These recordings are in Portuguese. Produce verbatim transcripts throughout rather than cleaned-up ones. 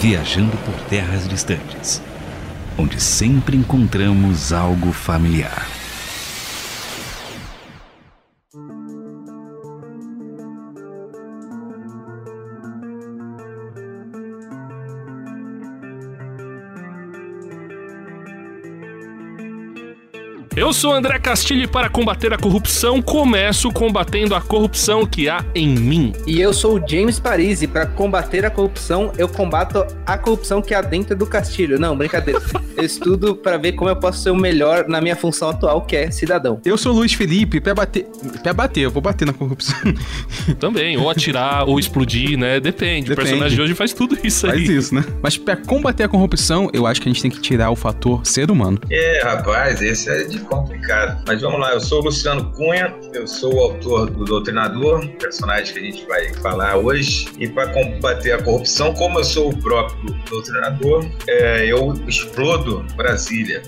Viajando por terras distantes, onde sempre encontramos algo familiar. Eu sou André Castilho e para combater a corrupção, começo combatendo a corrupção que há em mim. E eu sou o James Paris e para combater a corrupção, eu combato a corrupção que há dentro do Castilho. Não, brincadeira. Eu estudo para ver como eu posso ser o melhor na minha função atual, que é cidadão. Eu sou o Luiz Felipe, pra bater... Pra bater, eu vou bater na corrupção. Também, ou atirar, ou explodir, né? Depende. Depende. O personagem de hoje faz tudo isso aí. Faz isso, né? Mas pra combater a corrupção, eu acho que a gente tem que tirar o fator ser humano. É, rapaz, esse é de complicado. Mas vamos lá, eu sou o Luciano Cunha, eu sou o autor do Doutrinador, personagem que a gente vai falar hoje. E para combater a corrupção, como eu sou o próprio Doutrinador, é, eu explodo Brasília.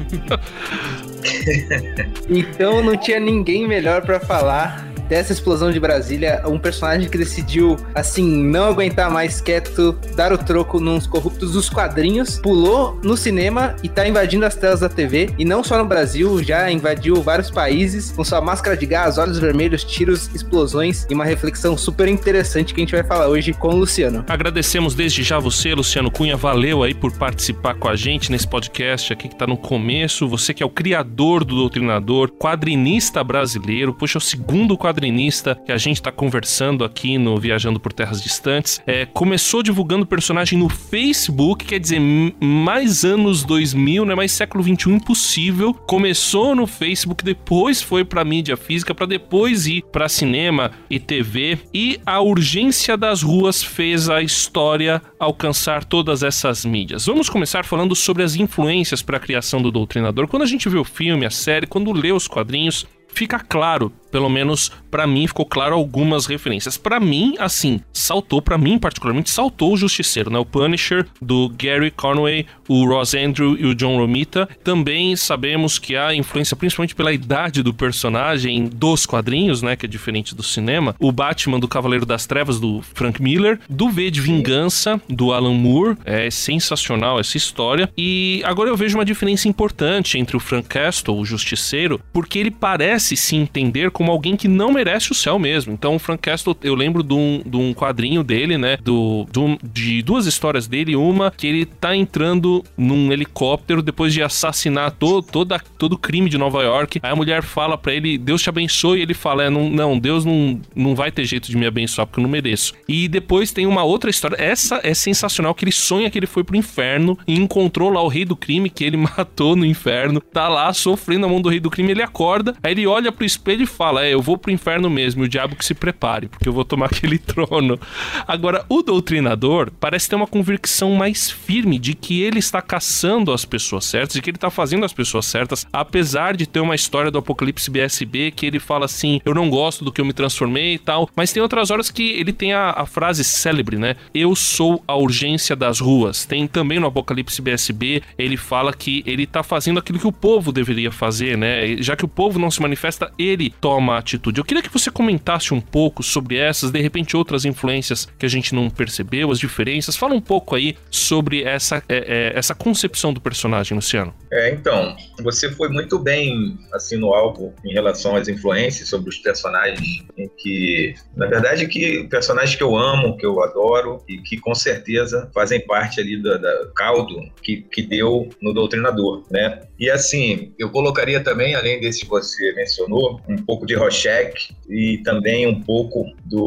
Então não tinha ninguém melhor para falar dessa explosão de Brasília, um personagem que decidiu, assim, não aguentar mais quieto, dar o troco nos corruptos dos quadrinhos, pulou no cinema e tá invadindo as telas da T V, e não só no Brasil, já invadiu vários países, com sua máscara de gás, olhos vermelhos, tiros, explosões, e uma reflexão super interessante que a gente vai falar hoje com o Luciano. Agradecemos desde já você, Luciano Cunha, valeu aí por participar com a gente nesse podcast aqui que tá no começo, você que é o criador do Doutrinador, quadrinista brasileiro, puxa, o segundo quadrinista que a gente tá conversando aqui no Viajando por Terras Distantes, é, começou divulgando personagem no Facebook, quer dizer, mais anos dois mil, né, mais século vinte e um impossível, começou no Facebook, depois foi pra mídia física, pra depois ir pra cinema e T V, e a urgência das ruas fez a história alcançar todas essas mídias. Vamos começar falando sobre as influências para a criação do Doutrinador. Quando a gente vê o filme, a série, quando lê os quadrinhos, fica claro, pelo menos pra mim ficou claro algumas referências. Pra mim, assim, saltou, pra mim particularmente, saltou o Justiceiro, né? O Punisher, do Gary Conway, o Ross Andru e o John Romita. Também sabemos que há influência, principalmente pela idade do personagem, dos quadrinhos, né? Que é diferente do cinema. O Batman do Cavaleiro das Trevas, do Frank Miller. Do V de Vingança, do Alan Moore. É sensacional essa história. E agora eu vejo uma diferença importante entre o Frank Castle, o Justiceiro, porque ele parece se entender como alguém que não merece o céu mesmo. Então o Frank Castle, eu lembro de um, de um quadrinho dele, né, do, do, de duas histórias dele, uma que ele tá entrando num helicóptero depois de assassinar todo, toda, todo crime de Nova York, aí a mulher fala pra ele, Deus te abençoe, e ele fala, é, não, não, Deus não, não vai ter jeito de me abençoar porque eu não mereço. E depois tem uma outra história, essa é sensacional, que ele sonha que ele foi pro inferno e encontrou lá o rei do crime que ele matou no inferno, tá lá sofrendo a mão do rei do crime, ele acorda, aí ele olha pro espelho e fala, é, eu vou pro inferno mesmo, e o diabo que se prepare, porque eu vou tomar aquele trono. Agora, o Doutrinador parece ter uma convicção mais firme de que ele está caçando as pessoas certas, de que ele está fazendo as pessoas certas, apesar de ter uma história do Apocalipse B S B que ele fala assim, eu não gosto do que eu me transformei e tal, mas tem outras horas que ele tem a, a frase célebre, né? Eu sou a urgência das ruas. Tem também no Apocalipse B S B, ele fala que ele tá fazendo aquilo que o povo deveria fazer, né? Já que o povo não se manifesta, ele toma atitude. Eu queria que você comentasse um pouco sobre essas, de repente outras influências que a gente não percebeu, as diferenças. Fala um pouco aí sobre essa, é, é, essa concepção do personagem, Luciano. É, então, você foi muito bem assim no alvo em relação às influências sobre os personagens, em que, na verdade, que personagens que eu amo, que eu adoro e que com certeza fazem parte ali do, do caldo que, que deu no Doutrinador, né? E assim, eu colocaria também, além desse que você mencionou, um pouco de Rorschach e também um pouco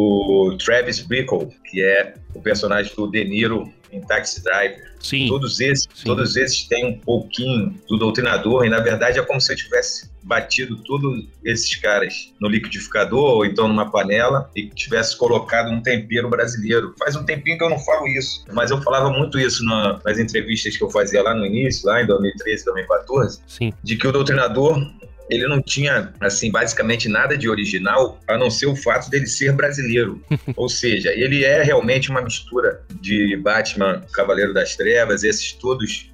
do Travis Bickle, que é o personagem do De Niro em Taxi Driver. Sim. Todos esses, Sim. todos esses têm um pouquinho do Doutrinador, e na verdade é como se eu tivesse batido todos esses caras no liquidificador ou então numa panela e tivesse colocado um tempero brasileiro. Faz um tempinho que eu não falo isso, mas eu falava muito isso na, nas entrevistas que eu fazia lá no início, lá em dois mil e treze, dois mil e quatorze, Sim. de que o Doutrinador, ele não tinha, assim, basicamente nada de original, a não ser o fato dele ser brasileiro. Ou seja, ele é realmente uma mistura de Batman, Cavaleiro das Trevas, esses todos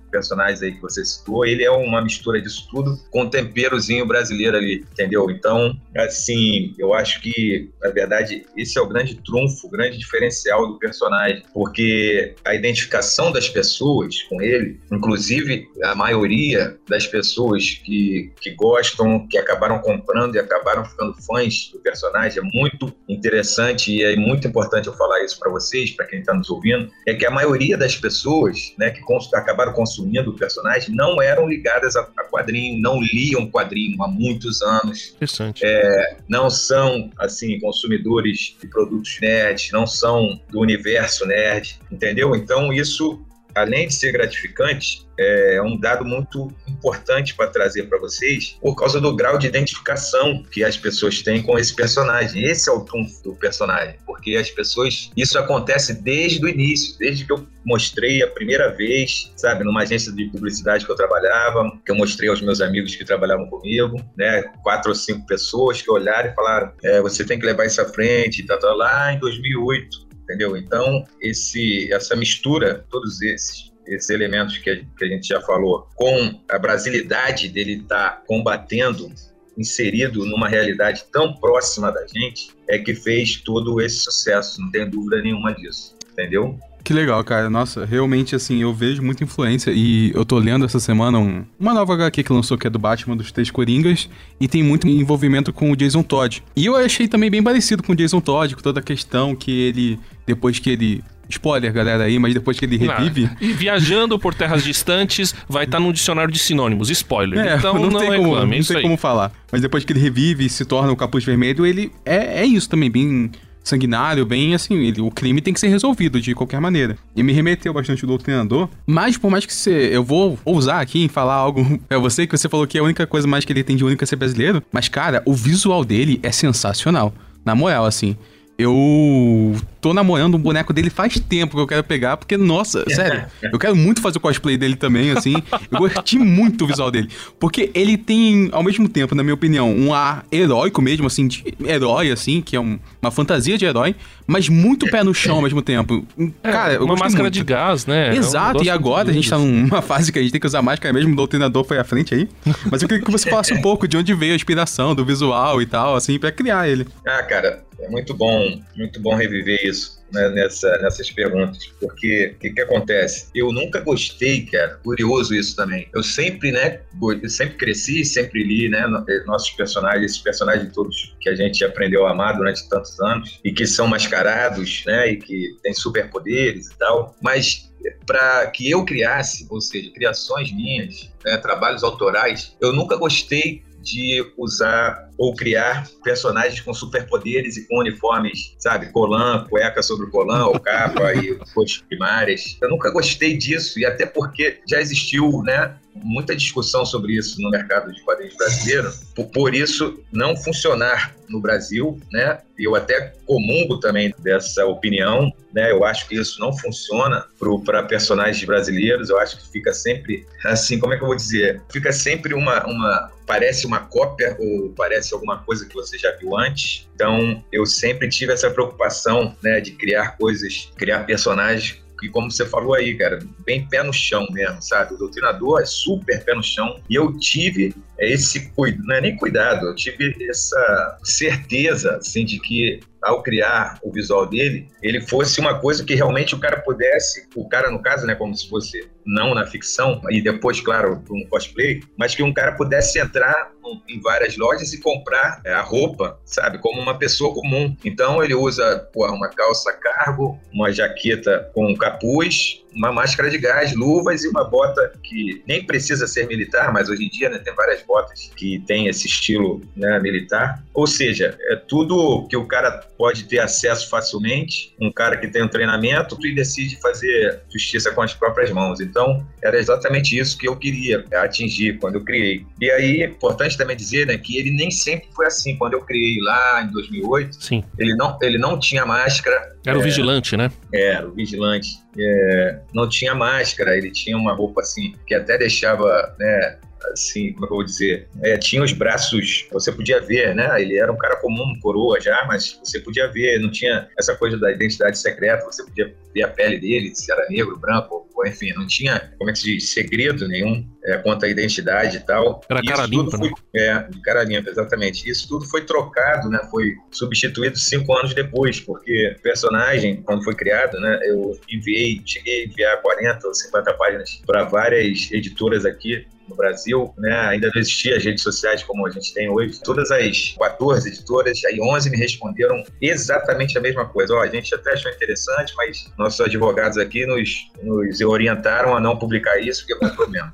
personagens aí que você citou, ele é uma mistura disso tudo com um temperozinho brasileiro ali, entendeu? Então, assim, eu acho que, na verdade, esse é o grande trunfo, o grande diferencial do personagem, porque a identificação das pessoas com ele, inclusive a maioria das pessoas que, que gostam, que acabaram comprando e acabaram ficando fãs do personagem, é muito interessante e é muito importante eu falar isso para vocês, para quem está nos ouvindo, é que a maioria das pessoas, né, que cons- acabaram consumindo o personagem não eram ligadas a, a quadrinho, não liam quadrinho há muitos anos. Interessante. É, não são, assim, consumidores de produtos nerd, não são do universo nerd, entendeu? Então isso, além de ser gratificante, é um dado muito importante para trazer para vocês por causa do grau de identificação que as pessoas têm com esse personagem. Esse é o trunfo do personagem, porque as pessoas... Isso acontece desde o início, desde que eu mostrei a primeira vez, sabe, numa agência de publicidade que eu trabalhava, que eu mostrei aos meus amigos que trabalhavam comigo, né, quatro ou cinco pessoas que olharam e falaram, é, você tem que levar isso à frente, tá, tá, lá em dois mil e oito, entendeu? Então, esse, essa mistura, todos esses esses elementos que a, que a gente já falou, com a brasilidade dele estar tá combatendo, inserido numa realidade tão próxima da gente, é que fez todo esse sucesso, não tem dúvida nenhuma disso, entendeu? Que legal, cara. Nossa, realmente, assim, eu vejo muita influência e eu tô lendo essa semana um, uma nova agá quê que lançou, que é do Batman dos Três Coringas, e tem muito envolvimento com o Jason Todd. E eu achei também bem parecido com o Jason Todd, com toda a questão que ele, depois que ele... Spoiler, galera, aí, mas depois que ele revive... Ah, e viajando por terras distantes, vai estar no dicionário de sinônimos, spoiler. É, então não, não tem reclame, como, não isso tem aí. como falar. Mas depois que ele revive e se torna o Capuz Vermelho, ele é, é isso também, bem sanguinário, bem assim, ele, o crime tem que ser resolvido de qualquer maneira. E me remeteu bastante o Doutrinador, mas por mais que você... Eu vou ousar aqui em falar algo pra você, que você falou que a única coisa mais que ele tem de única é ser brasileiro, mas, cara, o visual dele é sensacional. Na moral, assim... Eu tô namorando um boneco dele faz tempo que eu quero pegar, porque, nossa, sério, eu quero muito fazer o cosplay dele também, assim. Eu gostei muito do visual dele. Porque ele tem, ao mesmo tempo, na minha opinião, um ar heróico mesmo, assim, de herói, assim, que é um, uma fantasia de herói, mas muito pé no chão ao mesmo tempo. Cara, é, eu uma gostei máscara muito. de gás, né? Exato, é um e agora a gente tá numa fase que a gente tem que usar máscara mesmo, o Doutrinador foi à frente aí. Mas eu queria que você falasse um pouco de onde veio a inspiração do visual e tal, assim, pra criar ele. Ah, cara, é muito bom, muito bom reviver isso, né, nessa, nessas perguntas, porque o que, que acontece? Eu nunca gostei, cara, curioso isso também. Eu sempre, né, eu sempre cresci, sempre li, né, nossos personagens, esses personagens todos que a gente aprendeu a amar durante tantos anos e que são mascarados, né, e que têm superpoderes e tal, mas para que eu criasse, ou seja, criações minhas, né, trabalhos autorais, eu nunca gostei de usar ou criar personagens com superpoderes e com uniformes, sabe, colã, cueca sobre colã, ou capa e coisas primárias. Eu nunca gostei disso, e até porque já existiu, né, muita discussão sobre isso no mercado de quadrinhos brasileiro, por, por isso não funcionar no Brasil, né, eu até comungo também dessa opinião, né, eu acho que isso não funciona para personagens brasileiros, eu acho que fica sempre, assim, como é que eu vou dizer, fica sempre uma, uma parece uma cópia ou parece alguma coisa que você já viu antes. Então, eu sempre tive essa preocupação, né, de criar coisas, criar personagens que, como você falou aí, cara, bem pé no chão mesmo, sabe? O Doutrinador é super pé no chão. E eu tive esse cuidado, não é nem cuidado, eu tive essa certeza, assim, de que ao criar o visual dele, ele fosse uma coisa que realmente o cara pudesse, o cara no caso, né, como se fosse não na ficção, e depois, claro, um cosplay, mas que um cara pudesse entrar em várias lojas e comprar a roupa, sabe, como uma pessoa comum. Então ele usa, pô, uma calça cargo, uma jaqueta com capuz, uma máscara de gás, luvas e uma bota que nem precisa ser militar, mas hoje em dia, né, tem várias botas que tem esse estilo, né, militar. Ou seja, é tudo que o cara pode ter acesso facilmente, um cara que tem um treinamento e decide fazer justiça com as próprias mãos. Então, era exatamente isso que eu queria atingir quando eu criei. E aí, é importante também dizer, né, que ele nem sempre foi assim. Quando eu criei lá em dois mil e oito, Sim. Ele, não, ele não tinha máscara. Era o é, vigilante, né? Era o vigilante. É, não tinha máscara, ele tinha uma roupa assim, que até deixava, né, assim, como é que eu vou dizer, é, tinha os braços, você podia ver, né, ele era um cara comum, coroa já, mas você podia ver, não tinha essa coisa da identidade secreta, você podia ver a pele dele, se era negro, branco, ou enfim, não tinha, como é que se diz, segredo nenhum é, quanto à identidade e tal. Era cara limpa, foi, né? É, de cara limpa, exatamente. Isso tudo foi trocado, né, foi substituído cinco anos depois, porque o personagem, quando foi criado, né, eu enviei, cheguei a enviar quarenta ou cinquenta páginas para várias editoras aqui no Brasil, né, ainda não existia as redes sociais como a gente tem hoje. Todas as quatorze editoras, aí onze me responderam exatamente a mesma coisa. Ó, a gente até achou interessante, mas nossos advogados aqui nos, nos orientaram a não publicar isso, porque é um problema.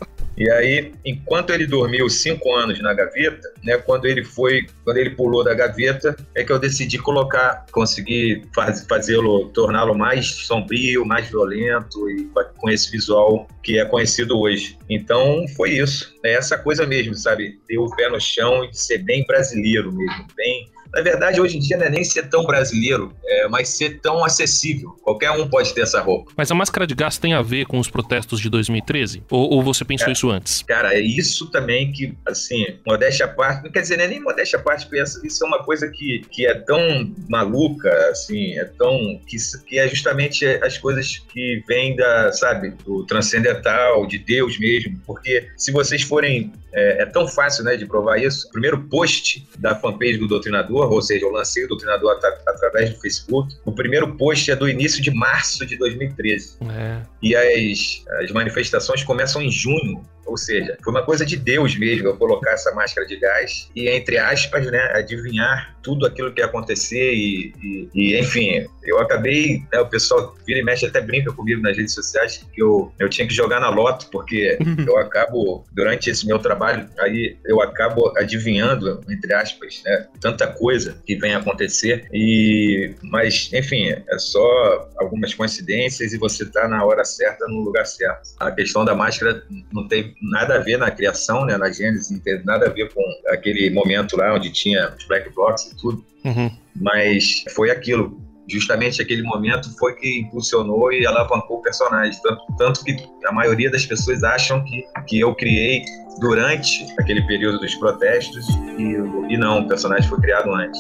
E aí, enquanto ele dormiu cinco anos na gaveta, né, quando ele foi, quando ele pulou da gaveta, é que eu decidi colocar, conseguir faz, fazê-lo, torná-lo mais sombrio, mais violento e com esse visual que é conhecido hoje. Então, foi isso. É essa coisa mesmo, sabe? Ter o pé no chão e ser bem brasileiro mesmo, bem... Na verdade, hoje em dia não é nem ser tão brasileiro, é, mas ser tão acessível. Qualquer um pode ter essa roupa. Mas a Máscara de Gás tem a ver com os protestos de dois mil e treze? Ou, ou você pensou cara, isso antes? Cara, é isso também que, assim, modéstia à parte, não quer dizer, não é nem modéstia à parte, porque isso é uma coisa que, que é tão maluca, assim, é tão... Que, que é justamente as coisas que vêm da, sabe, do transcendental, de Deus mesmo, porque se vocês forem... É, é tão fácil, né, de provar isso. O primeiro post da fanpage do Doutrinador, ou seja, eu lancei o Doutrinador at- através do Facebook. O primeiro post é do início de março de dois mil e treze. É. E as, as manifestações começam em junho. Ou seja, foi uma coisa de Deus mesmo eu colocar essa máscara de gás e, entre aspas, né, adivinhar tudo aquilo que ia acontecer e, e, e enfim, eu acabei, né, o pessoal vira e mexe até brinca comigo nas redes sociais que eu, eu tinha que jogar na loto, porque eu acabo, durante esse meu trabalho, aí eu acabo adivinhando, entre aspas, né, tanta coisa que vem acontecer, e, mas, enfim, é só algumas coincidências e você tá na hora certa, no lugar certo. A questão da máscara não tem nada a ver na criação, né, na gênese, não teve nada a ver com aquele momento lá onde tinha os black blocs e tudo, uhum. Mas foi aquilo, justamente aquele momento foi que impulsionou e alavancou o personagem, tanto, tanto que a maioria das pessoas acham que, que eu criei durante aquele período dos protestos e, e não, o personagem foi criado antes.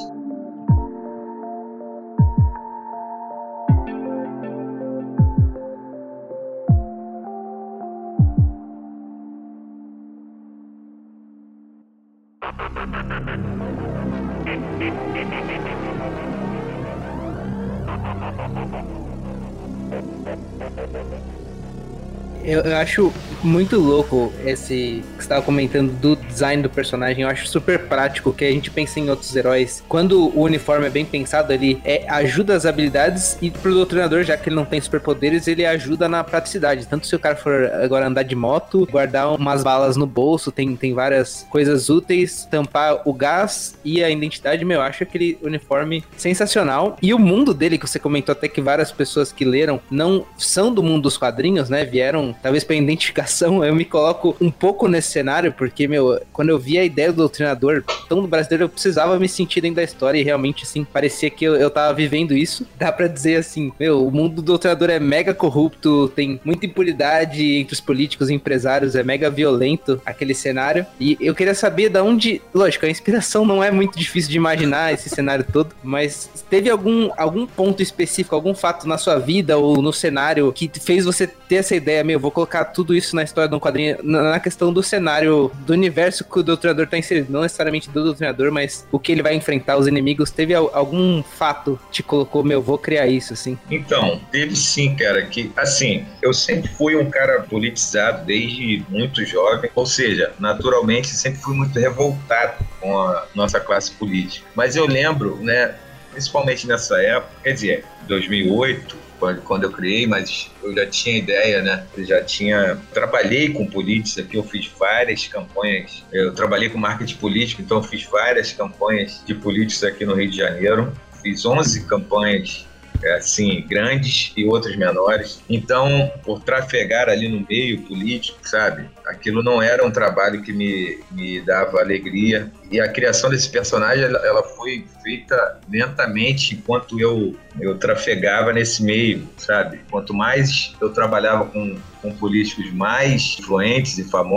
Eu, eu acho muito louco esse que você estava comentando do design do personagem. Eu acho super prático, que a gente pensa em outros heróis. Quando o uniforme é bem pensado, ele é, ajuda as habilidades, e pro Doutrinador, já que ele não tem superpoderes, ele ajuda na praticidade. Tanto se o cara for agora andar de moto, guardar umas balas no bolso, tem, tem várias coisas úteis, tampar o gás e a identidade. Meu, eu acho aquele uniforme sensacional. E o mundo dele, que você comentou até que várias pessoas que leram não são do mundo dos quadrinhos, né? Vieram talvez pra identificação. Eu me coloco um pouco nesse cenário, porque, meu, quando eu vi a ideia do Doutrinador tão do brasileiro, eu precisava me sentir dentro da história, e realmente, assim, parecia que eu, eu tava vivendo isso. Dá pra dizer assim, meu, o mundo do Doutrinador é mega corrupto, tem muita impunidade entre os políticos e empresários, é mega violento aquele cenário, e eu queria saber da onde, lógico, a inspiração não é muito difícil de imaginar esse cenário todo, mas teve algum, algum ponto específico, algum fato na sua vida ou no cenário que fez você ter essa ideia, meu, vou colocar tudo isso na história de um quadrinho, na questão do cenário, do universo que o Doutrinador tá inserido, não necessariamente do Doutrinador, mas o que ele vai enfrentar, os inimigos. Teve algum fato que te colocou, meu, vou criar isso, assim? Então, teve sim, cara, que, assim, eu sempre fui um cara politizado desde muito jovem, ou seja, naturalmente sempre fui muito revoltado com a nossa classe política. Mas eu lembro, né, principalmente nessa época, quer dizer, dois mil e oito, quando eu criei, mas eu já tinha ideia, né? Eu já tinha... Trabalhei com política aqui, eu fiz várias campanhas. Eu trabalhei com marketing político, então eu fiz várias campanhas de políticos aqui no Rio de Janeiro. Fiz onze campanhas, assim, grandes e outras menores. Então, por trafegar ali no meio político, sabe? Aquilo não era um trabalho que me, me dava alegria. E a criação desse personagem, ela, ela foi feita lentamente enquanto eu, eu trafegava nesse meio, sabe? Quanto mais eu trabalhava com, com políticos mais influentes e famosos,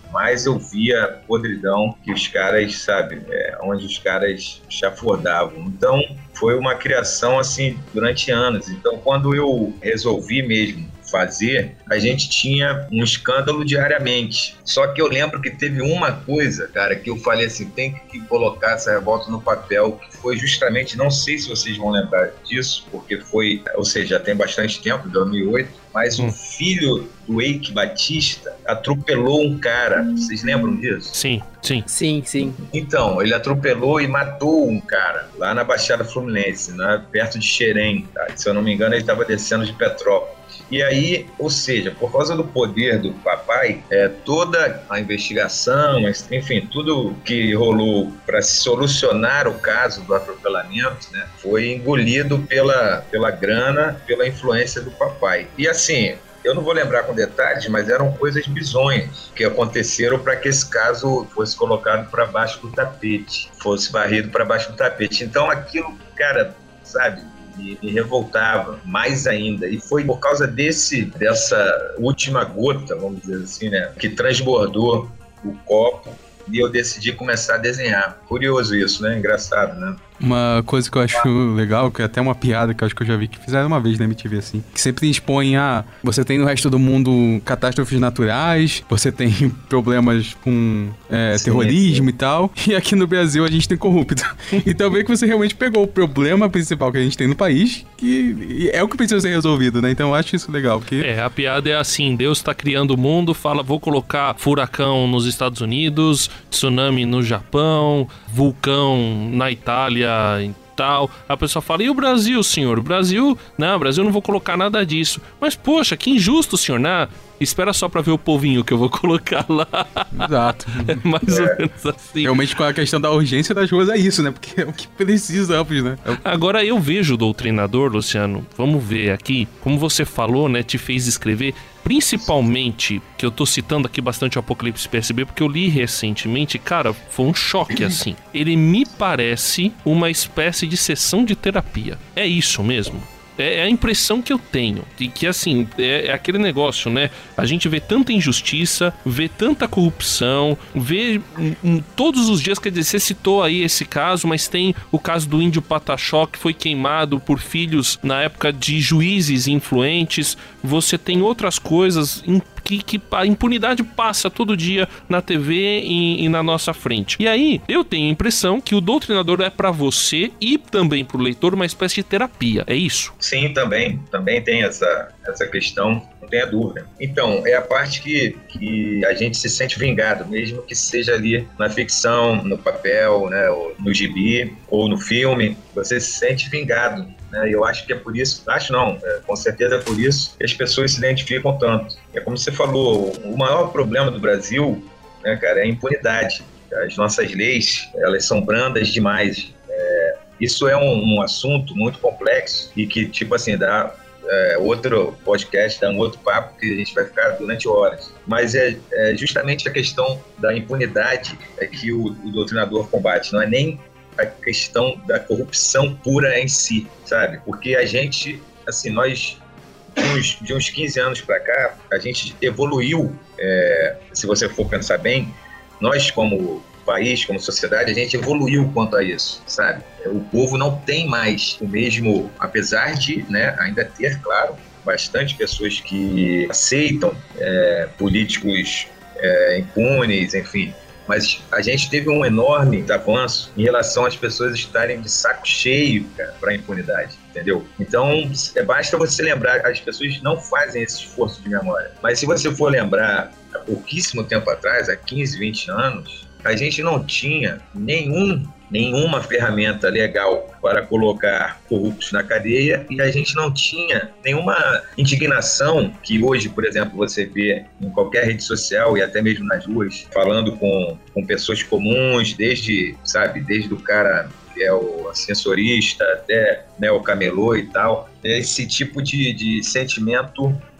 mais eu via a podridão que os caras, sabe, é, onde os caras chafurdavam. Então, foi uma criação, assim, durante anos. Então, quando eu resolvi mesmo fazer, a gente tinha um escândalo diariamente. Só que eu lembro que teve uma coisa, cara, que eu falei assim, tem que colocar essa revolta no papel, que foi justamente, não sei se vocês vão lembrar disso, porque foi, ou seja, já tem bastante tempo, dois mil e oito, mas hum. o filho do Eike Batista atropelou um cara. Vocês lembram disso? Sim, sim. Sim, sim. Então, ele atropelou e matou um cara lá na Baixada Fluminense, né, perto de Xerém, tá? Se eu não me engano, ele estava descendo de Petrópolis. E aí, ou seja, por causa do poder do papai, é, toda a investigação, enfim, tudo que rolou para se solucionar o caso do atropelamento, né, foi engolido pela, pela grana, pela influência do papai. E assim, eu não vou lembrar com detalhes, mas eram coisas bizonhas que aconteceram para que esse caso fosse colocado para baixo do tapete, fosse varrido para baixo do tapete. Então aquilo, cara, sabe, me, me revoltava mais ainda. E foi por causa desse, dessa última gota, vamos dizer assim, né, que transbordou o copo e eu decidi começar a desenhar. Curioso isso, né? Engraçado, né? Uma coisa que eu acho legal, que é até uma piada que eu acho que eu já vi que fizeram uma vez na M T V assim, que sempre expõe a... Você tem no resto do mundo catástrofes naturais, você tem problemas com é, sim, terrorismo sim. e tal, e aqui no Brasil a gente tem corrupto. Então vê que você realmente pegou o problema principal que a gente tem no país, que é o que precisa ser resolvido, né? Então eu acho isso legal. Porque... É, a piada é assim, Deus tá criando o mundo, fala, vou colocar furacão nos Estados Unidos, tsunami no Japão, vulcão na Itália e tal. A pessoa fala, e o Brasil, senhor? O Brasil, não, o Brasil não vou colocar nada disso. Mas, poxa, que injusto, senhor, né? Espera só pra ver o povinho que eu vou colocar lá. Exato. É mais é. ou menos assim. Realmente com a questão da urgência das coisas é isso, né? Porque é o que precisamos, né? É o... Agora eu vejo o Doutrinador, Luciano, vamos ver aqui, como você falou, né, te fez escrever, principalmente, que eu tô citando aqui bastante o Apocalipse P S B, porque eu li recentemente, cara, foi um choque, assim. Ele me parece uma espécie de sessão de terapia. É isso mesmo? É a impressão que eu tenho, de que assim, é, é aquele negócio, né? A gente vê tanta injustiça, vê tanta corrupção, vê um, um, todos os dias, quer dizer, você citou aí esse caso, mas tem o caso do índio Pataxó, que foi queimado por filhos na época de juízes influentes, você tem outras coisas Que, que a impunidade passa todo dia na T V e, e na nossa frente. E aí, eu tenho a impressão que o Doutrinador é pra você e também pro leitor uma espécie de terapia, é isso? Sim, também. Também tem essa, essa questão, não tenha dúvida. Então, é a parte que, que a gente se sente vingado, mesmo que seja ali na ficção, no papel, né, ou no gibi, ou no filme, você se sente vingado. E eu acho que é por isso, acho não, é, com certeza é por isso que as pessoas se identificam tanto. É como você falou, o maior problema do Brasil, né, cara, é a impunidade. As nossas leis, elas são brandas demais. É, isso é um, um assunto muito complexo e que, tipo assim, dá é, outro podcast, dá um outro papo que a gente vai ficar durante horas. Mas é, é justamente a questão da impunidade é que o, o Doutrinador combate, não é nem a questão da corrupção pura em si, sabe? Porque a gente, assim, nós, de uns, de uns quinze anos para cá, a gente evoluiu, é, se você for pensar bem, nós como país, como sociedade, a gente evoluiu quanto a isso, sabe? O povo não tem mais o mesmo, apesar de, né, ainda ter, claro, bastante pessoas que aceitam é, políticos é, impunes, enfim, mas a gente teve um enorme avanço em relação às pessoas estarem de saco cheio para a impunidade, entendeu? Então, é, basta você lembrar, as pessoas não fazem esse esforço de memória. Mas se você for lembrar, há pouquíssimo tempo atrás, há quinze, vinte anos, a gente não tinha nenhum, nenhuma ferramenta legal para colocar corruptos na cadeia e a gente não tinha nenhuma indignação que hoje, por exemplo, você vê em qualquer rede social e até mesmo nas ruas, falando com, com pessoas comuns, desde, sabe, desde o cara que é o ascensorista até, né, o camelô e tal, esse tipo de, de sentimento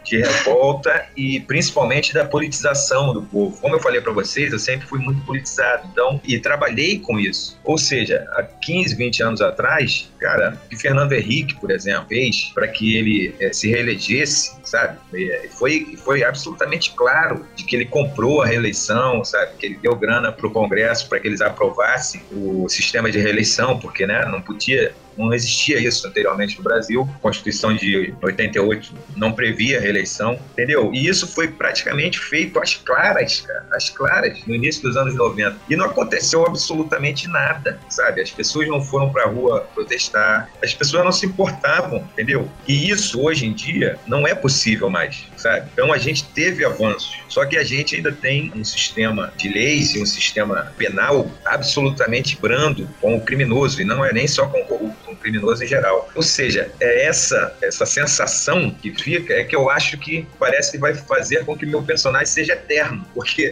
de revolta e principalmente da politização do povo. Como eu falei para vocês, eu sempre fui muito politizado, então, e trabalhei com isso. Ou seja, há quinze, vinte anos atrás, cara, o que Fernando Henrique, por exemplo, fez para que ele é, se reelegesse, sabe? E foi, foi absolutamente claro de que ele comprou a reeleição, sabe? Que ele deu grana para o Congresso para que eles aprovassem o sistema de reeleição, porque, né, não podia... Não existia isso anteriormente no Brasil. A Constituição de oitenta e oito não previa reeleição, entendeu? E isso foi praticamente feito às claras, cara, às claras, no início dos anos noventa. E não aconteceu absolutamente nada, sabe? As pessoas não foram pra rua protestar, as pessoas não se importavam, entendeu? E isso, hoje em dia, não é possível mais, sabe? Então a gente teve avanços, só que a gente ainda tem um sistema de leis e um sistema penal absolutamente brando com o criminoso, e não é nem só com o corrupto, um criminoso em geral. Ou seja, é essa, essa sensação que fica, é que eu acho que parece que vai fazer com que meu personagem seja eterno, porque,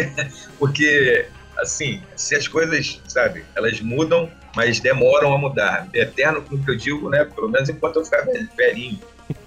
porque assim, se as coisas, sabe, elas mudam, mas demoram a mudar. Eterno, como que eu digo, né, pelo menos enquanto eu ficar velhinho.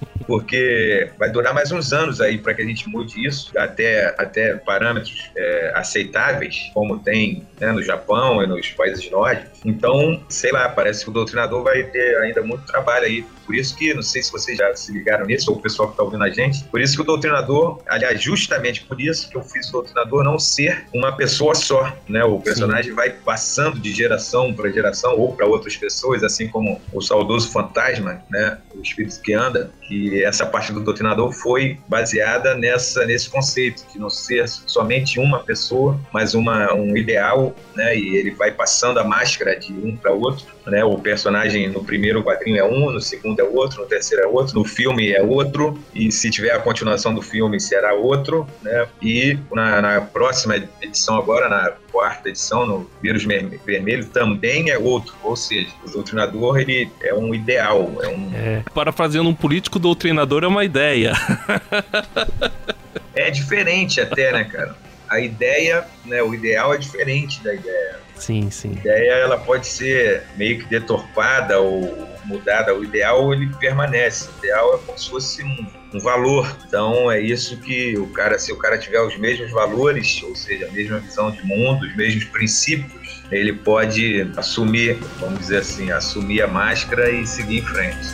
Porque vai durar mais uns anos aí para que a gente mude isso até, até parâmetros é, aceitáveis, como tem, né, no Japão e nos países nórdicos. Então, sei lá, parece que o doutrinador vai ter ainda muito trabalho aí. Por isso que, não sei se vocês já se ligaram nisso, ou o pessoal que está ouvindo a gente, por isso que o doutrinador, aliás, justamente por isso que eu fiz o doutrinador não ser uma pessoa só, né? O personagem Sim. vai passando de geração para geração ou para outras pessoas, assim como o saudoso fantasma, né? O espírito que anda, que essa parte do doutrinador foi baseada nessa, nesse conceito de não ser somente uma pessoa, mas uma, um ideal, né? E ele vai passando a máscara de um para outro, né? O personagem no primeiro quadrinho é um, no segundo é outro, no terceiro é outro, no filme é outro, e se tiver a continuação do filme será outro, né? E na, na próxima edição agora, na quarta edição, no Vírus Vermelho, também é outro, ou seja, o doutrinador, ele é um ideal, é um... É, parafraseando um político, doutrinador é uma ideia. É diferente até, né, cara? A ideia, né, o ideal é diferente da ideia. Sim, sim. A ideia, ela pode ser meio que deturpada ou mudada. O ideal, ele permanece. O ideal é como se fosse um, um valor. Então, é isso que o cara, se o cara tiver os mesmos valores, ou seja, a mesma visão de mundo, os mesmos princípios, ele pode assumir, vamos dizer assim, assumir a máscara e seguir em frente.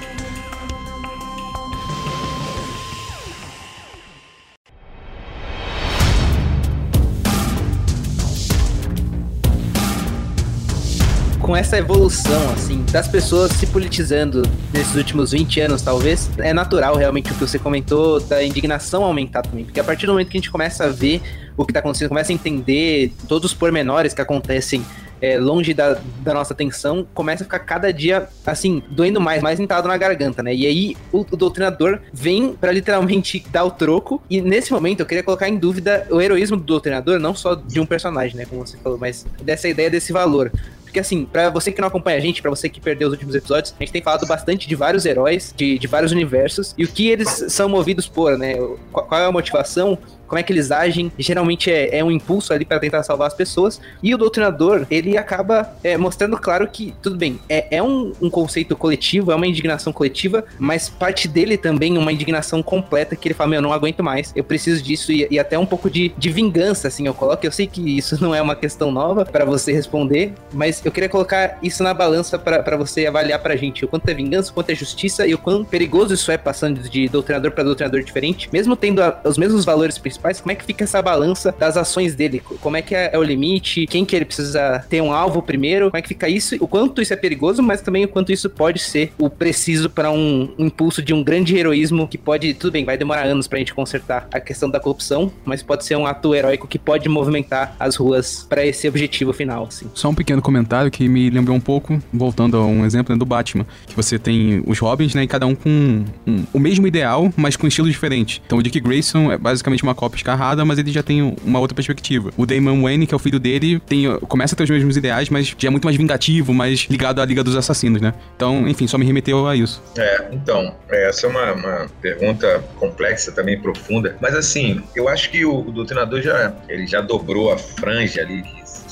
Com essa evolução, assim, das pessoas se politizando nesses últimos vinte anos, talvez, é natural realmente o que você comentou da indignação aumentar também, porque a partir do momento que a gente começa a ver o que tá acontecendo, começa a entender todos os pormenores que acontecem É, longe da, da nossa atenção, começa a ficar cada dia, assim, doendo mais, mais entrado na garganta, né? E aí o, o doutrinador vem pra literalmente dar o troco, e nesse momento eu queria colocar em dúvida o heroísmo do doutrinador, não só de um personagem, né, como você falou, mas dessa ideia, desse valor. Porque assim, pra você que não acompanha a gente, pra você que perdeu os últimos episódios, a gente tem falado bastante de vários heróis, de, de vários universos, e o que eles são movidos por, né? Qual, qual é a motivação, como é que eles agem, geralmente é, é um impulso ali pra tentar salvar as pessoas, e o doutrinador, ele acaba é, mostrando claro que, tudo bem, é, é um, um conceito coletivo, é uma indignação coletiva, mas parte dele também é uma indignação completa, que ele fala, meu, eu não aguento mais, eu preciso disso, e, e até um pouco de, de vingança, assim, eu coloco, eu sei que isso não é uma questão nova pra você responder, mas eu queria colocar isso na balança pra, pra você avaliar pra gente, o quanto é vingança, o quanto é justiça, e o quão perigoso isso é, passando de doutrinador pra doutrinador diferente, mesmo tendo a, os mesmos valores principais. Como é que fica essa balança das ações dele? Como é que é, é o limite? Quem que ele precisa ter um alvo primeiro? Como é que fica isso? O quanto isso é perigoso, mas também o quanto isso pode ser o preciso para um, um impulso de um grande heroísmo que pode, tudo bem, vai demorar anos pra gente consertar a questão da corrupção, mas pode ser um ato heróico que pode movimentar as ruas para esse objetivo final, assim. Só um pequeno comentário que me lembrou um pouco, voltando a um exemplo, né, do Batman, que você tem os Robins, né, e cada um com um, um, o mesmo ideal, mas com estilo diferente. Então o Dick Grayson é basicamente uma cópia escarrada, mas ele já tem uma outra perspectiva. O Damian Wayne, que é o filho dele, tem, começa a ter os mesmos ideais, mas já é muito mais vingativo, mais ligado à Liga dos Assassinos, né? Então, enfim, só me remeteu a isso. É, então, essa é uma, uma pergunta complexa também, profunda, mas assim, eu acho que o, o doutrinador já, ele já dobrou a franja ali, que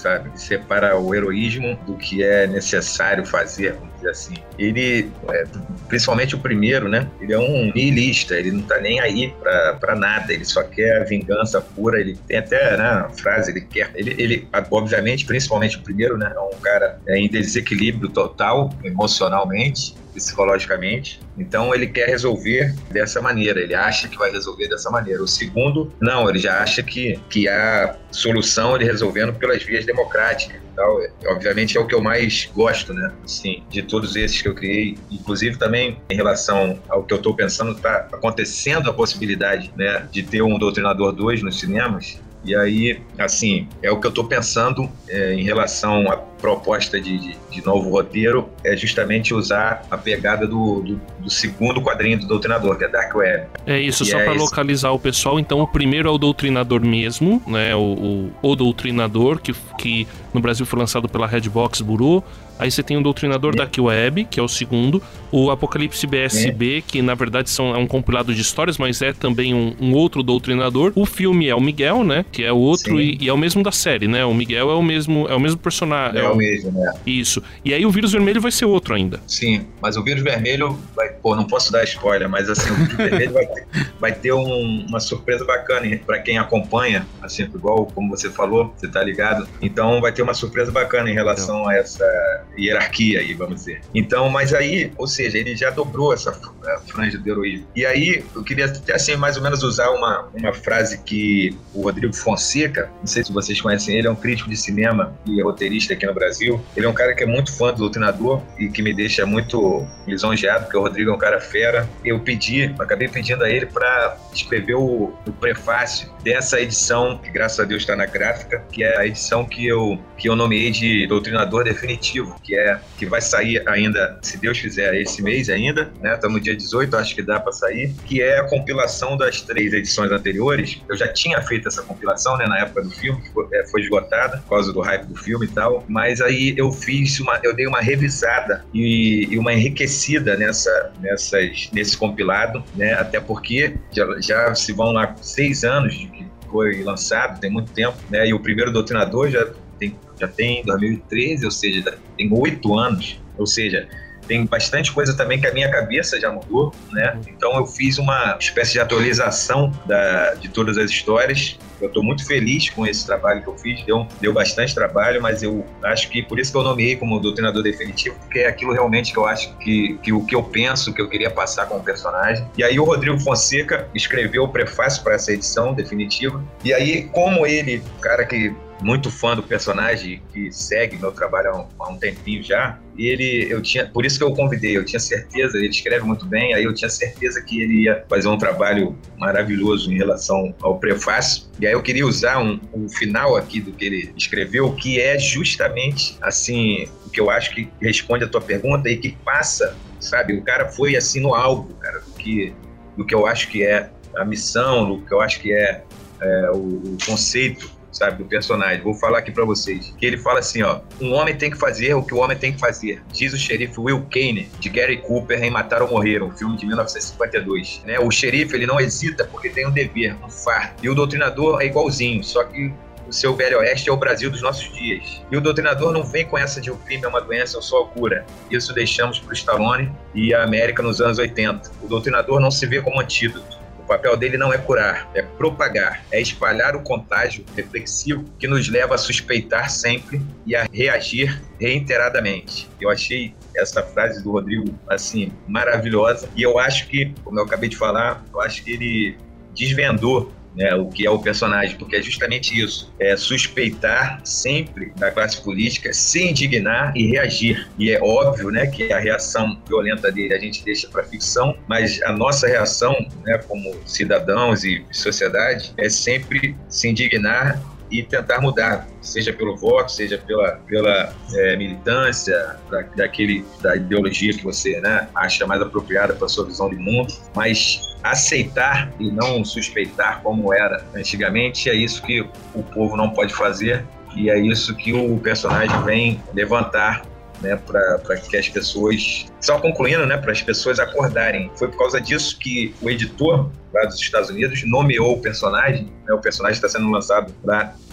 sabe? Ele separa o heroísmo do que é necessário fazer, vamos dizer assim. Ele, é, principalmente o primeiro, né? Ele é um nihilista, ele não tá nem aí pra, pra nada, ele só quer a vingança pura, ele tem até, né, a frase, ele quer, ele, ele, obviamente, principalmente o primeiro, né? É um cara é, em desequilíbrio total, emocionalmente, psicologicamente, então ele quer resolver dessa maneira, ele acha que vai resolver dessa maneira. O segundo, não, ele já acha que, que há solução ele resolvendo pelas vias democráticas. Então, obviamente é o que eu mais gosto, né, assim, de todos esses que eu criei, inclusive também em relação ao que eu estou pensando, está acontecendo a possibilidade, né, de ter um Doutrinador dois nos cinemas. E aí, assim, é o que eu estou pensando é, em relação à proposta de, de, de novo roteiro, é justamente usar a pegada do, do, do segundo quadrinho do Doutrinador, que é Dark Web. É isso, e só é para esse... localizar o pessoal, então o primeiro é o Doutrinador mesmo, né, o, o, o Doutrinador, que, que no Brasil foi lançado pela Redbox Buru. Aí você tem o Doutrinador é. Dark Web, que é o segundo. O Apocalipse B S B, é. que na verdade são, é um compilado de histórias, mas é também um, um outro Doutrinador. O filme é o Miguel, né? Que é o outro e, e é o mesmo da série, né? O Miguel é o mesmo, é o mesmo personagem. É, é o mesmo, né? Isso. E aí o Vírus Vermelho vai ser outro ainda. Sim, mas o Vírus Vermelho vai... Pô, não posso dar spoiler, mas assim, o Vírus Vermelho vai ter, vai ter um, uma surpresa bacana pra quem acompanha, assim, igual como você falou, você tá ligado? Então vai ter uma surpresa bacana em relação então. a essa... hierarquia aí, vamos dizer. Então, mas aí, ou seja, ele já dobrou essa franja do heroísmo. E aí, eu queria até assim, mais ou menos usar uma, uma frase que o Rodrigo Fonseca, não sei se vocês conhecem ele, é um crítico de cinema e roteirista aqui no Brasil. Ele é um cara que é muito fã do Doutrinador e que me deixa muito lisonjeado, porque o Rodrigo é um cara fera. Eu pedi, acabei pedindo a ele para escrever o, o prefácio dessa edição, que graças a Deus está na gráfica, que é a edição que eu, que eu nomeei de Doutrinador Definitivo, que é que vai sair ainda, se Deus fizer, esse mês ainda, né? Estamos no dia dezoito, acho que dá para sair, que é a compilação das três edições anteriores. Eu já tinha feito essa compilação, né, na época do filme, que foi, é, foi esgotada por causa do hype do filme e tal, mas aí eu fiz uma, eu dei uma revisada e, e uma enriquecida nessa, nessas, nesse compilado, né? Até porque já, já se vão lá seis anos de que foi lançado, tem muito tempo, né? E o primeiro Doutrinador já tem já tem dois mil e treze, ou seja, já tem oito anos, ou seja, tem bastante coisa também que a minha cabeça já mudou, né? Então eu fiz uma espécie de atualização da, de todas as histórias. Eu estou muito feliz com esse trabalho que eu fiz, deu, deu bastante trabalho, mas eu acho que por isso que eu nomeei como Doutrinador Definitivo, porque é aquilo realmente que eu acho que, que o que eu penso, que eu queria passar com o personagem. E aí o Rodrigo Fonseca escreveu o prefácio para essa edição definitiva, e aí como ele, o cara que muito fã do personagem, que segue meu trabalho há um, há um tempinho já, e ele, eu tinha, por isso que eu o convidei, eu tinha certeza, ele escreve muito bem, aí eu tinha certeza que ele ia fazer um trabalho maravilhoso em relação ao prefácio, e aí eu queria usar um, um final aqui do que ele escreveu, que é justamente, assim, o que eu acho que responde a tua pergunta e que passa, sabe, o cara foi assim no alvo, cara, do que, do que eu acho que é a missão, do que eu acho que é, é o, o conceito, sabe, do personagem. Vou falar aqui pra vocês. Que ele fala assim, ó: um homem tem que fazer o que o homem tem que fazer, diz o xerife Will Kane, de Gary Cooper, em Matar ou Morrer, um filme de mil novecentos e cinquenta e dois. Né? O xerife, ele não hesita porque tem um dever, um fardo. E o Doutrinador é igualzinho, só que o seu Velho Oeste é o Brasil dos nossos dias. E o Doutrinador não vem com essa de o crime é uma doença ou só a cura. Isso deixamos pro Stallone e a América nos anos oitenta. O Doutrinador não se vê como antídoto. O papel dele não é curar, é propagar, é espalhar o contágio reflexivo que nos leva a suspeitar sempre e a reagir reiteradamente. Eu achei essa frase do Rodrigo, assim, maravilhosa, e eu acho que, como eu acabei de falar, eu acho que ele desvendou, né, o que é o personagem, porque é justamente isso, é suspeitar sempre da classe política, se indignar e reagir. E é óbvio, né, que a reação violenta dele a gente deixa para ficção, mas a nossa reação, né, como cidadãos e sociedade, é sempre se indignar e tentar mudar, seja pelo voto, seja pela, pela é, militância, da, daquele, da ideologia que você, né, acha mais apropriada para a sua visão de mundo, mas aceitar e não suspeitar como era antigamente, é isso que o povo não pode fazer, e é isso que o personagem vem levantar, né, para que as pessoas, só concluindo, né, para as pessoas acordarem. Foi por causa disso que o editor lá dos Estados Unidos nomeou o personagem, né, o personagem está sendo lançado lá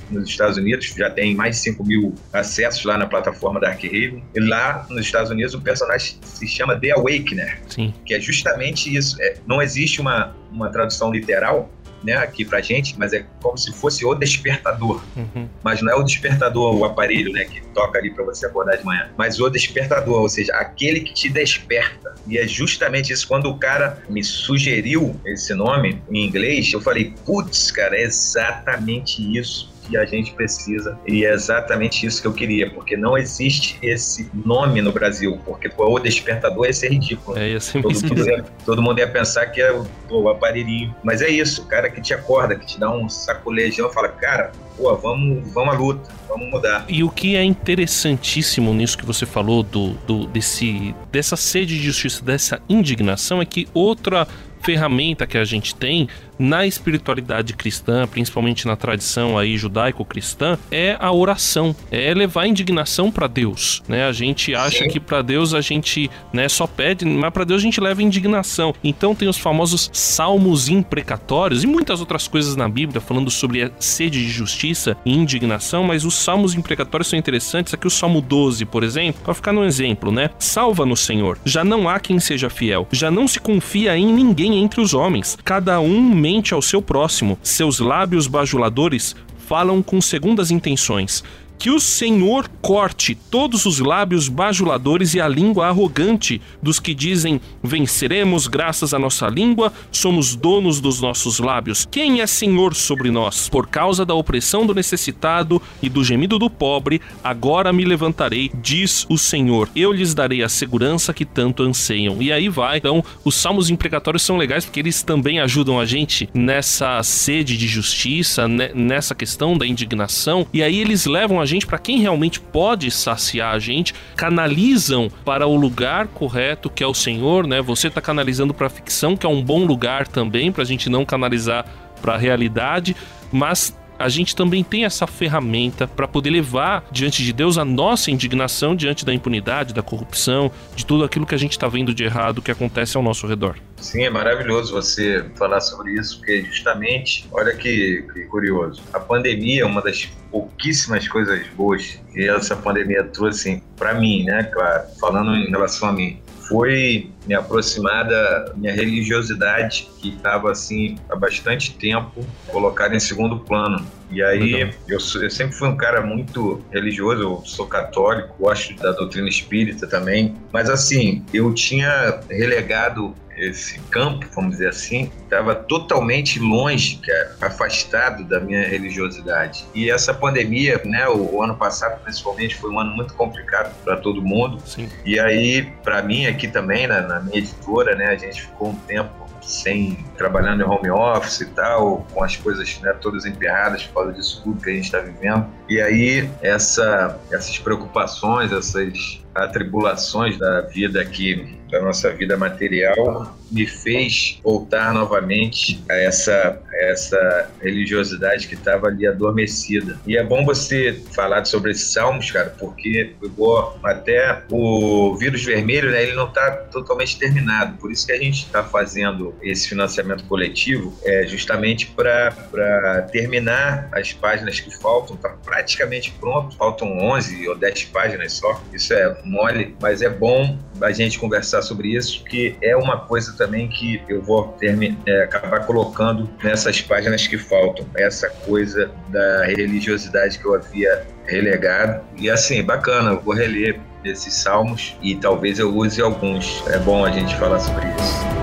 nos Estados Unidos, já tem mais de cinco mil acessos lá na plataforma da Darkhaven. E lá nos Estados Unidos o personagem se chama The Awakener, Sim. que é justamente isso. É, não existe uma, uma tradução literal, né, aqui pra gente, mas é como se fosse o despertador. Uhum. Mas não é o despertador, o aparelho, né, que toca ali pra você acordar de manhã, mas o despertador, ou seja, aquele que te desperta. E é justamente isso. Quando o cara me sugeriu esse nome em inglês, eu falei, putz, cara, é exatamente isso que a gente precisa, e é exatamente isso que eu queria, porque não existe esse nome no Brasil, porque pô, o despertador ia ser ridículo. É, ia ser todo, mundo ia, todo mundo ia pensar que é o, pô, o aparelhinho, mas é isso, o cara que te acorda, que te dá um sacolejão, fala, cara, pô, vamos, vamos à luta, vamos mudar. E o que é interessantíssimo nisso que você falou, do, do, desse, dessa sede de justiça, dessa indignação, é que outra ferramenta que a gente tem na espiritualidade cristã, principalmente na tradição aí judaico-cristã, é a oração, é levar a indignação para Deus, né? A gente acha Sim. que para Deus a gente, né, só pede, mas para Deus a gente leva a indignação. Então tem os famosos salmos imprecatórios e muitas outras coisas na Bíblia falando sobre a sede de justiça e indignação, mas os salmos imprecatórios são interessantes. Aqui o Salmo doze, por exemplo, para ficar num exemplo, né? Salva-nos, Senhor, já não há quem seja fiel, já não se confia em ninguém entre os homens, cada um mente ao seu próximo, seus lábios bajuladores falam com segundas intenções. Que o Senhor corte todos os lábios bajuladores e a língua arrogante dos que dizem, venceremos graças à nossa língua, somos donos dos nossos lábios. Quem é Senhor sobre nós? Por causa da opressão do necessitado e do gemido do pobre, agora me levantarei, diz o Senhor. Eu lhes darei a segurança que tanto anseiam. E aí vai. Então, os salmos imprecatórios são legais porque eles também ajudam a gente nessa sede de justiça, nessa questão da indignação. E aí eles levam a gente para quem realmente pode saciar a gente, canalizam para o lugar correto, que é o Senhor, né? Você está canalizando para a ficção, que é um bom lugar também, para a gente não canalizar para a realidade, mas a gente também tem essa ferramenta para poder levar diante de Deus a nossa indignação diante da impunidade, da corrupção, de tudo aquilo que a gente está vendo de errado que acontece ao nosso redor. Sim, é maravilhoso você falar sobre isso, porque justamente, olha que, que curioso, a pandemia é uma das pouquíssimas coisas boas que essa pandemia trouxe para mim, né, claro, falando em relação a mim, foi me aproximar da minha religiosidade, que estava assim há bastante tempo colocada em segundo plano. E aí eu, sou, eu sempre fui um cara muito religioso, eu sou católico, gosto da doutrina espírita também, mas assim, eu tinha relegado esse campo, vamos dizer assim, estava totalmente longe, cara, afastado da minha religiosidade. E essa pandemia, né, o, o ano passado principalmente, foi um ano muito complicado para todo mundo. Sim. E aí, para mim aqui também, na, na minha editora, né, a gente ficou um tempo sem trabalhando em home office e tal, com as coisas, né, todas emperradas por causa disso tudo que a gente está vivendo. E aí essa, essas preocupações, essas atribulações da vida aqui, da nossa vida material, me fez voltar novamente a essa, a essa religiosidade que estava ali adormecida. E é bom você falar sobre esses salmos, cara, porque igual, até o Vírus Vermelho, né, ele não está totalmente terminado. Por isso que a gente está fazendo esse financiamento coletivo, é justamente para terminar as páginas que faltam. Está praticamente pronto, faltam onze ou dez páginas só. Isso é mole, mas é bom a gente conversar sobre isso, que é uma coisa também que eu vou termi- é, acabar colocando nessas páginas que faltam, essa coisa da religiosidade que eu havia relegado. E assim, bacana, eu vou reler esses salmos e talvez eu use alguns. É bom a gente falar sobre isso.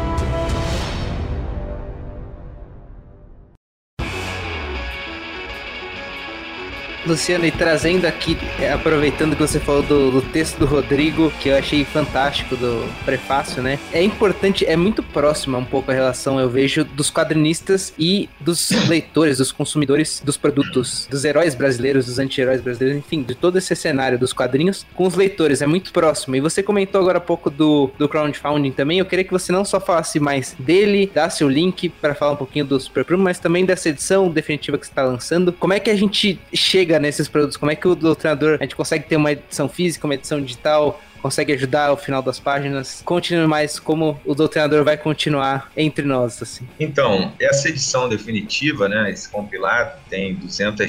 Luciano, e trazendo aqui, aproveitando que você falou do, do texto do Rodrigo, que eu achei fantástico, do prefácio, né? É importante, é muito próxima um pouco a relação, eu vejo, dos quadrinistas e dos leitores, dos consumidores dos produtos, dos heróis brasileiros, dos anti-heróis brasileiros, enfim, de todo esse cenário dos quadrinhos com os leitores, é muito próximo. E você comentou agora há pouco do, do crowdfunding também, eu queria que você não só falasse mais dele, dasse o link para falar um pouquinho do Super Prumo, mas também dessa edição definitiva que você está lançando. Como é que a gente chega nesses produtos? Como é que o Doutrinador, a gente consegue ter uma edição física, uma edição digital, consegue ajudar ao final das páginas? Continue mais como o Doutrinador vai continuar entre nós, assim. Então, essa edição definitiva, né, esse compilado, tem duzentas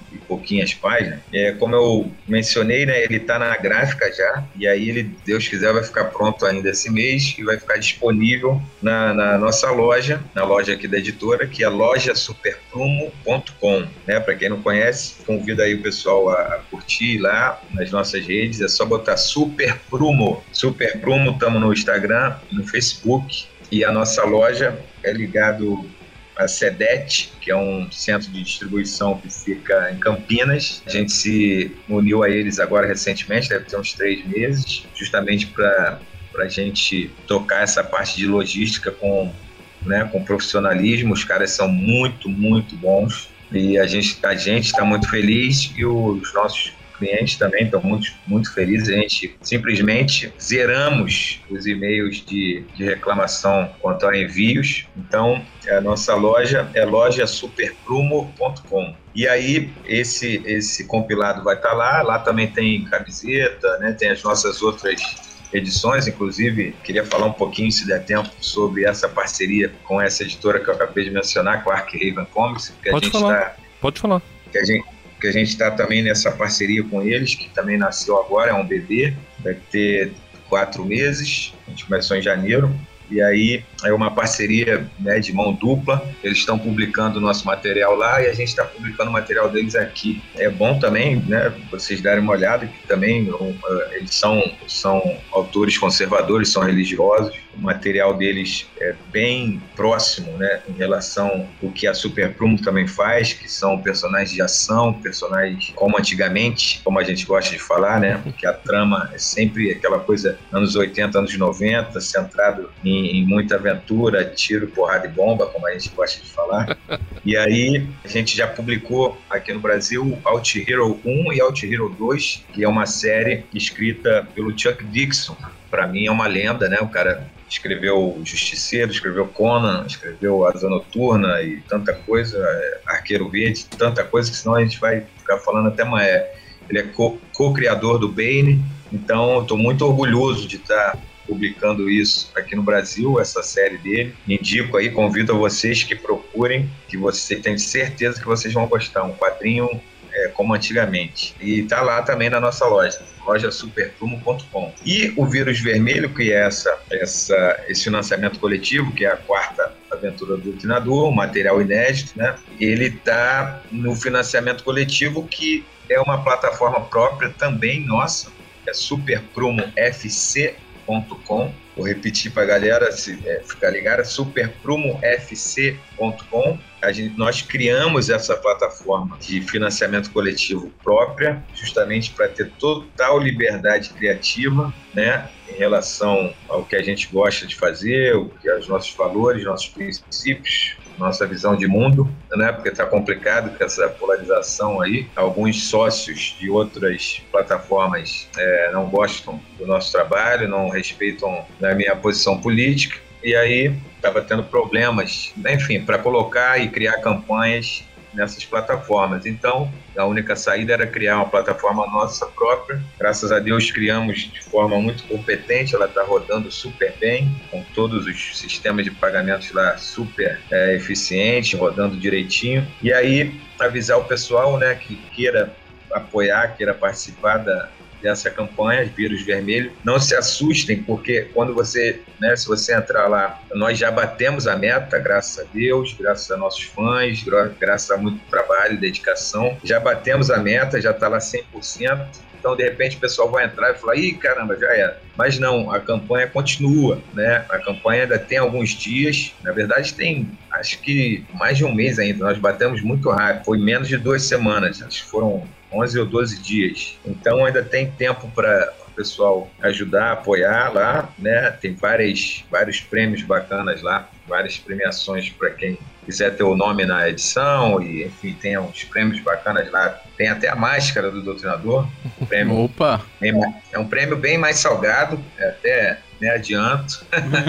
e pouquinhas páginas. É, como eu mencionei, né, ele está na gráfica já, e aí ele, Deus quiser, vai ficar pronto ainda esse mês e vai ficar disponível na, na nossa loja, na loja aqui da editora, que é loja super prumo ponto com, né? Para quem não conhece, convido aí o pessoal a, a curtir lá nas nossas redes, é só botar Super Prumo. Super Prumo, estamos no Instagram, no Facebook, e a nossa loja é ligado a Cedet, que é um centro de distribuição que fica em Campinas. A gente se uniu a eles agora recentemente, deve ter uns três meses, justamente para a gente tocar essa parte de logística com, né, com profissionalismo. Os caras são muito, muito bons e a gente a gente está muito feliz e os nossos clientes também estão muito, muito felizes. A gente simplesmente zeramos os e-mails de, de reclamação quanto a envios. Então, a nossa loja é loja super prumo ponto com. E aí, esse, esse compilado vai estar lá. Lá também tem camiseta, né? Tem as nossas outras edições. Inclusive, queria falar um pouquinho, se der tempo, sobre essa parceria com essa editora que eu acabei de mencionar, com a Ark-Haven Comics. Que Pode a gente falar, tá, pode falar. Que a gente... que a gente está também nessa parceria com eles, que também nasceu agora, é um bebê, vai ter quatro meses, a gente começou em janeiro, e aí é uma parceria, né, de mão dupla. Eles estão publicando o nosso material lá e a gente está publicando o material deles aqui. É bom também, né, vocês darem uma olhada, que também eles são, são autores conservadores, são religiosos. O material deles é bem próximo, né, em relação ao que a Super Prumo também faz, que são personagens de ação, personagens como antigamente, como a gente gosta de falar, né, que a trama é sempre aquela coisa anos oitenta, anos noventa, centrado em, em muita aventura, tiro, porrada e bomba, como a gente gosta de falar. E aí a gente já publicou aqui no Brasil Out Hero um e Out Hero dois, que é uma série escrita pelo Chuck Dixon. Para mim é uma lenda, né, o cara escreveu Justiceiro, escreveu Conan, escreveu Asa Noturna e tanta coisa, Arqueiro Verde, tanta coisa que senão a gente vai ficar falando até amanhã. Ele é co-criador do Bane, então eu estou muito orgulhoso de estar publicando isso aqui no Brasil, essa série dele. Indico aí, convido a vocês que procurem, que você tem certeza que vocês vão gostar, um quadrinho é, como antigamente. E tá lá também na nossa loja, loja super prumo ponto com. E o Vírus Vermelho, que é essa, essa, esse financiamento coletivo, que é a quarta aventura do Doutrinador, um material inédito, né? Ele está no financiamento coletivo, que é uma plataforma própria também nossa, é super prumo f c ponto com. Vou repetir para a galera se, é, ficar ligada, super prumo f c ponto com. A gente, nós criamos essa plataforma de financiamento coletivo própria, justamente para ter total liberdade criativa, né, em relação ao que a gente gosta de fazer, o que os nossos valores, nossos princípios, nossa visão de mundo, né? Porque está complicado com essa polarização aí. Alguns sócios de outras plataformas é, não gostam do nosso trabalho, não respeitam a minha posição política, e aí estava tendo problemas, enfim, para colocar e criar campanhas nessas plataformas. Então, a única saída era criar uma plataforma nossa própria. Graças a Deus, criamos de forma muito competente, ela está rodando super bem, com todos os sistemas de pagamentos lá super é, eficientes, rodando direitinho. E aí, avisar o pessoal, né, que queira apoiar, queira participar da dessa campanha, Vírus Vermelho, não se assustem, porque quando você, né, se você entrar lá, nós já batemos a meta, graças a Deus, graças a nossos fãs, graças a muito trabalho e dedicação, já batemos a meta, já está lá cem por cento, então de repente o pessoal vai entrar e falar, ih, caramba, já era. Mas não, a campanha continua, né, a campanha ainda tem alguns dias, na verdade tem, acho que mais de um mês ainda, nós batemos muito rápido, foi menos de duas semanas, acho que foram onze ou doze dias. Então ainda tem tempo para o pessoal ajudar, apoiar lá, né? Tem várias, vários prêmios bacanas lá, várias premiações para quem quiser ter o nome na edição, e enfim, tem uns prêmios bacanas lá. Tem até a máscara do Doutrinador. Prêmio Opa! Bem, é um prêmio bem mais salgado, é até, né, adianto.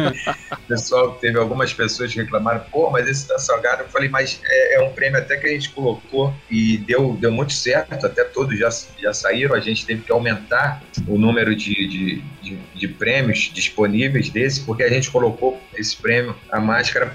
O pessoal, teve algumas pessoas que reclamaram, pô, mas esse tá salgado. Eu falei, mas é, é um prêmio até que a gente colocou e deu, deu muito certo, até todos já, já saíram. A gente teve que aumentar o número de, de, de, de prêmios disponíveis desse, porque a gente colocou esse prêmio, a máscara, para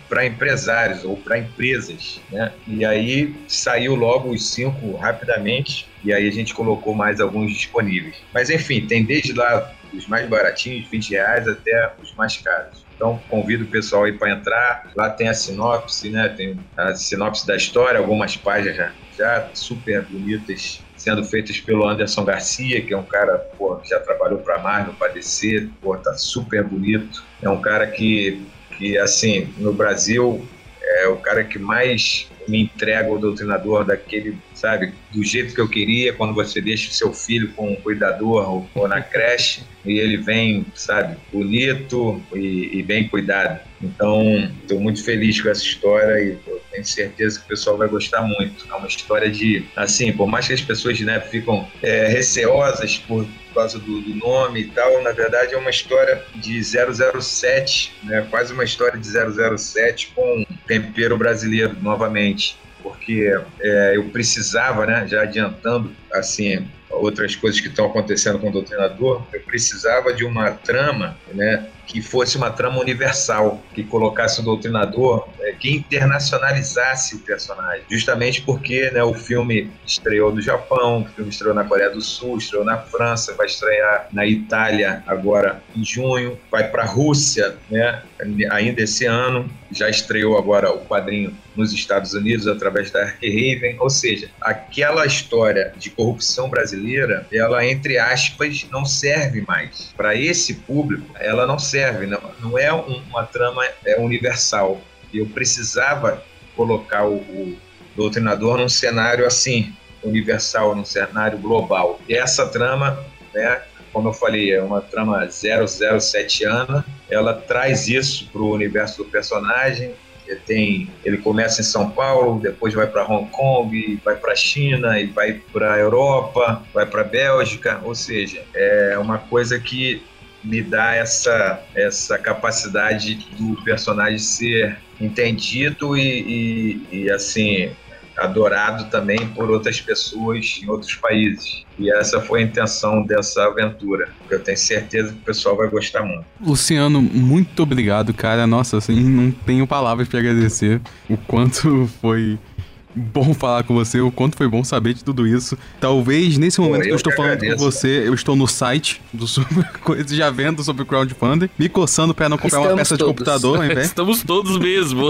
para empresários ou para empresas, né? E aí saiu logo os cinco rapidamente, e aí a gente colocou mais alguns disponíveis. Mas enfim, tem desde lá os mais baratinhos, vinte reais, até os mais caros. Então, convido o pessoal aí para entrar. Lá tem a sinopse, né? Tem a sinopse da história, algumas páginas já, já super bonitas, sendo feitas pelo Anderson Garcia, que é um cara, pô, que já trabalhou para Marvel, para D C, pô, tá super bonito. É um cara que, que, assim, no Brasil, é o cara que mais me entrega o Doutrinador daquele, sabe, do jeito que eu queria, quando você deixa o seu filho com um cuidador ou, ou na creche, e ele vem, sabe, bonito e, e bem cuidado. Então, estou muito feliz com essa história e eu tenho certeza que o pessoal vai gostar muito. É uma história de, assim, por mais que as pessoas, né, ficam é, receosas por causa do, do nome e tal, na verdade é uma história de zero zero sete, né, quase uma história de zero zero sete com tempero brasileiro, novamente. Porque é, eu precisava, né, já adiantando, assim, outras coisas que estão acontecendo com o Doutrinador, eu precisava de uma trama, né, que fosse uma trama universal, que colocasse o Doutrinador, é, que internacionalizasse o personagem. Justamente porque, né, o filme estreou no Japão, o filme estreou na Coreia do Sul, estreou na França, vai estrear na Itália agora em junho, vai para a Rússia, né, ainda esse ano, já estreou agora o quadrinho nos Estados Unidos através da Arkham, ou seja, aquela história de corrupção brasileira, ela, entre aspas, não serve mais. Para esse público, ela não serve, não, não é um, uma trama é universal. Eu precisava colocar o, o Doutrinador num cenário assim, universal, num cenário global. E essa trama, né, como eu falei, é uma trama zero zero sete ana, ela traz isso para o universo do personagem. Ele, tem, ele começa em São Paulo, depois vai para Hong Kong, vai para a China, e vai para a Europa, vai para a Bélgica, ou seja, é uma coisa que me dá essa, essa capacidade do personagem ser entendido e, e, e assim, adorado também por outras pessoas em outros países. E essa foi a intenção dessa aventura. Eu tenho certeza que o pessoal vai gostar muito. Luciano, muito obrigado, cara. Nossa, assim, não tenho palavras para agradecer o quanto foi bom falar com você, o quanto foi bom saber de tudo isso. Talvez nesse momento Pô, eu que eu estou que falando agradeço. com você, eu estou no site do Super Coisas, já vendo sobre o crowdfunding, me coçando para não comprar Estamos uma peça todos. de computador, ao invés. Estamos todos mesmo.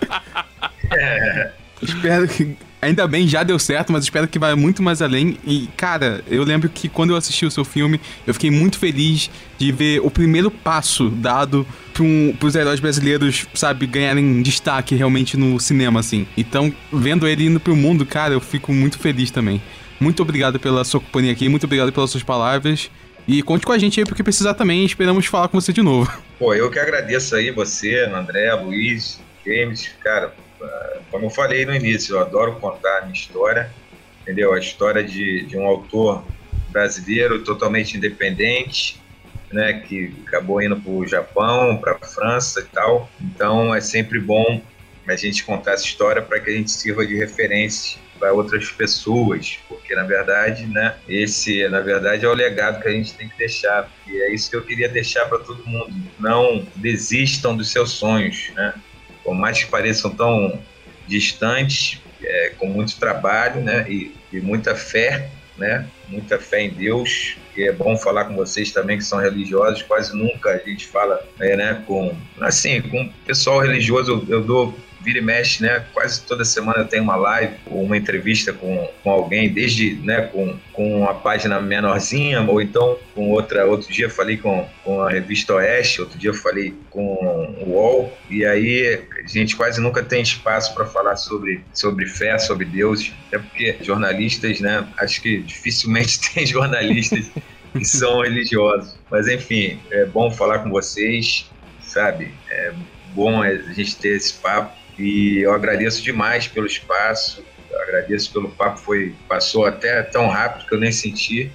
é. Espero que... Ainda bem, já deu certo, mas espero que vá muito mais além. E, cara, eu lembro que quando eu assisti o seu filme, eu fiquei muito feliz de ver o primeiro passo dado para um, os heróis brasileiros, sabe, ganharem destaque realmente no cinema, assim. Então, vendo ele indo pro mundo, cara, eu fico muito feliz também. Muito obrigado pela sua companhia aqui, muito obrigado pelas suas palavras. E conte com a gente aí, porque precisar também, esperamos falar com você de novo. Pô, eu que agradeço aí você, André, Luiz, James, cara... Como eu falei no início, eu adoro contar a minha história, entendeu? A história de, de um autor brasileiro totalmente independente, né, que acabou indo para o Japão, para a França e tal. Então é sempre bom a gente contar essa história para que a gente sirva de referência para outras pessoas, porque na verdade, né, esse na verdade é o legado que a gente tem que deixar, e é isso que eu queria deixar para todo mundo. Não desistam dos seus sonhos, né? Por mais que pareçam tão distantes, é, com muito trabalho, né, e, e muita fé, né, muita fé em Deus. E é bom falar com vocês também que são religiosos. Quase nunca a gente fala, é, né, com assim, com pessoal religioso. Eu, eu dou vira e mexe, né? Quase toda semana eu tenho uma live ou uma entrevista com, com alguém, desde, né, com, com uma página menorzinha, ou então com outra. Outro dia eu falei com, com a revista Oeste, outro dia eu falei com o U O L, e aí a gente quase nunca tem espaço para falar sobre, sobre fé, sobre Deus, até porque jornalistas, né? Acho que dificilmente tem jornalistas que são religiosos. Mas enfim, é bom falar com vocês, sabe? É bom a gente ter esse papo. E eu agradeço demais pelo espaço, eu agradeço pelo papo, foi, passou até tão rápido que eu nem senti.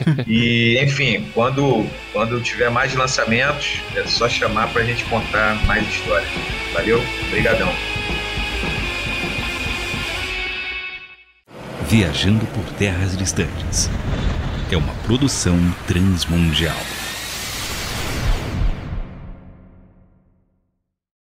E, enfim, quando, quando tiver mais lançamentos, é só chamar para a gente contar mais histórias. Valeu, obrigadão. Viajando por terras distantes. É uma produção transmundial.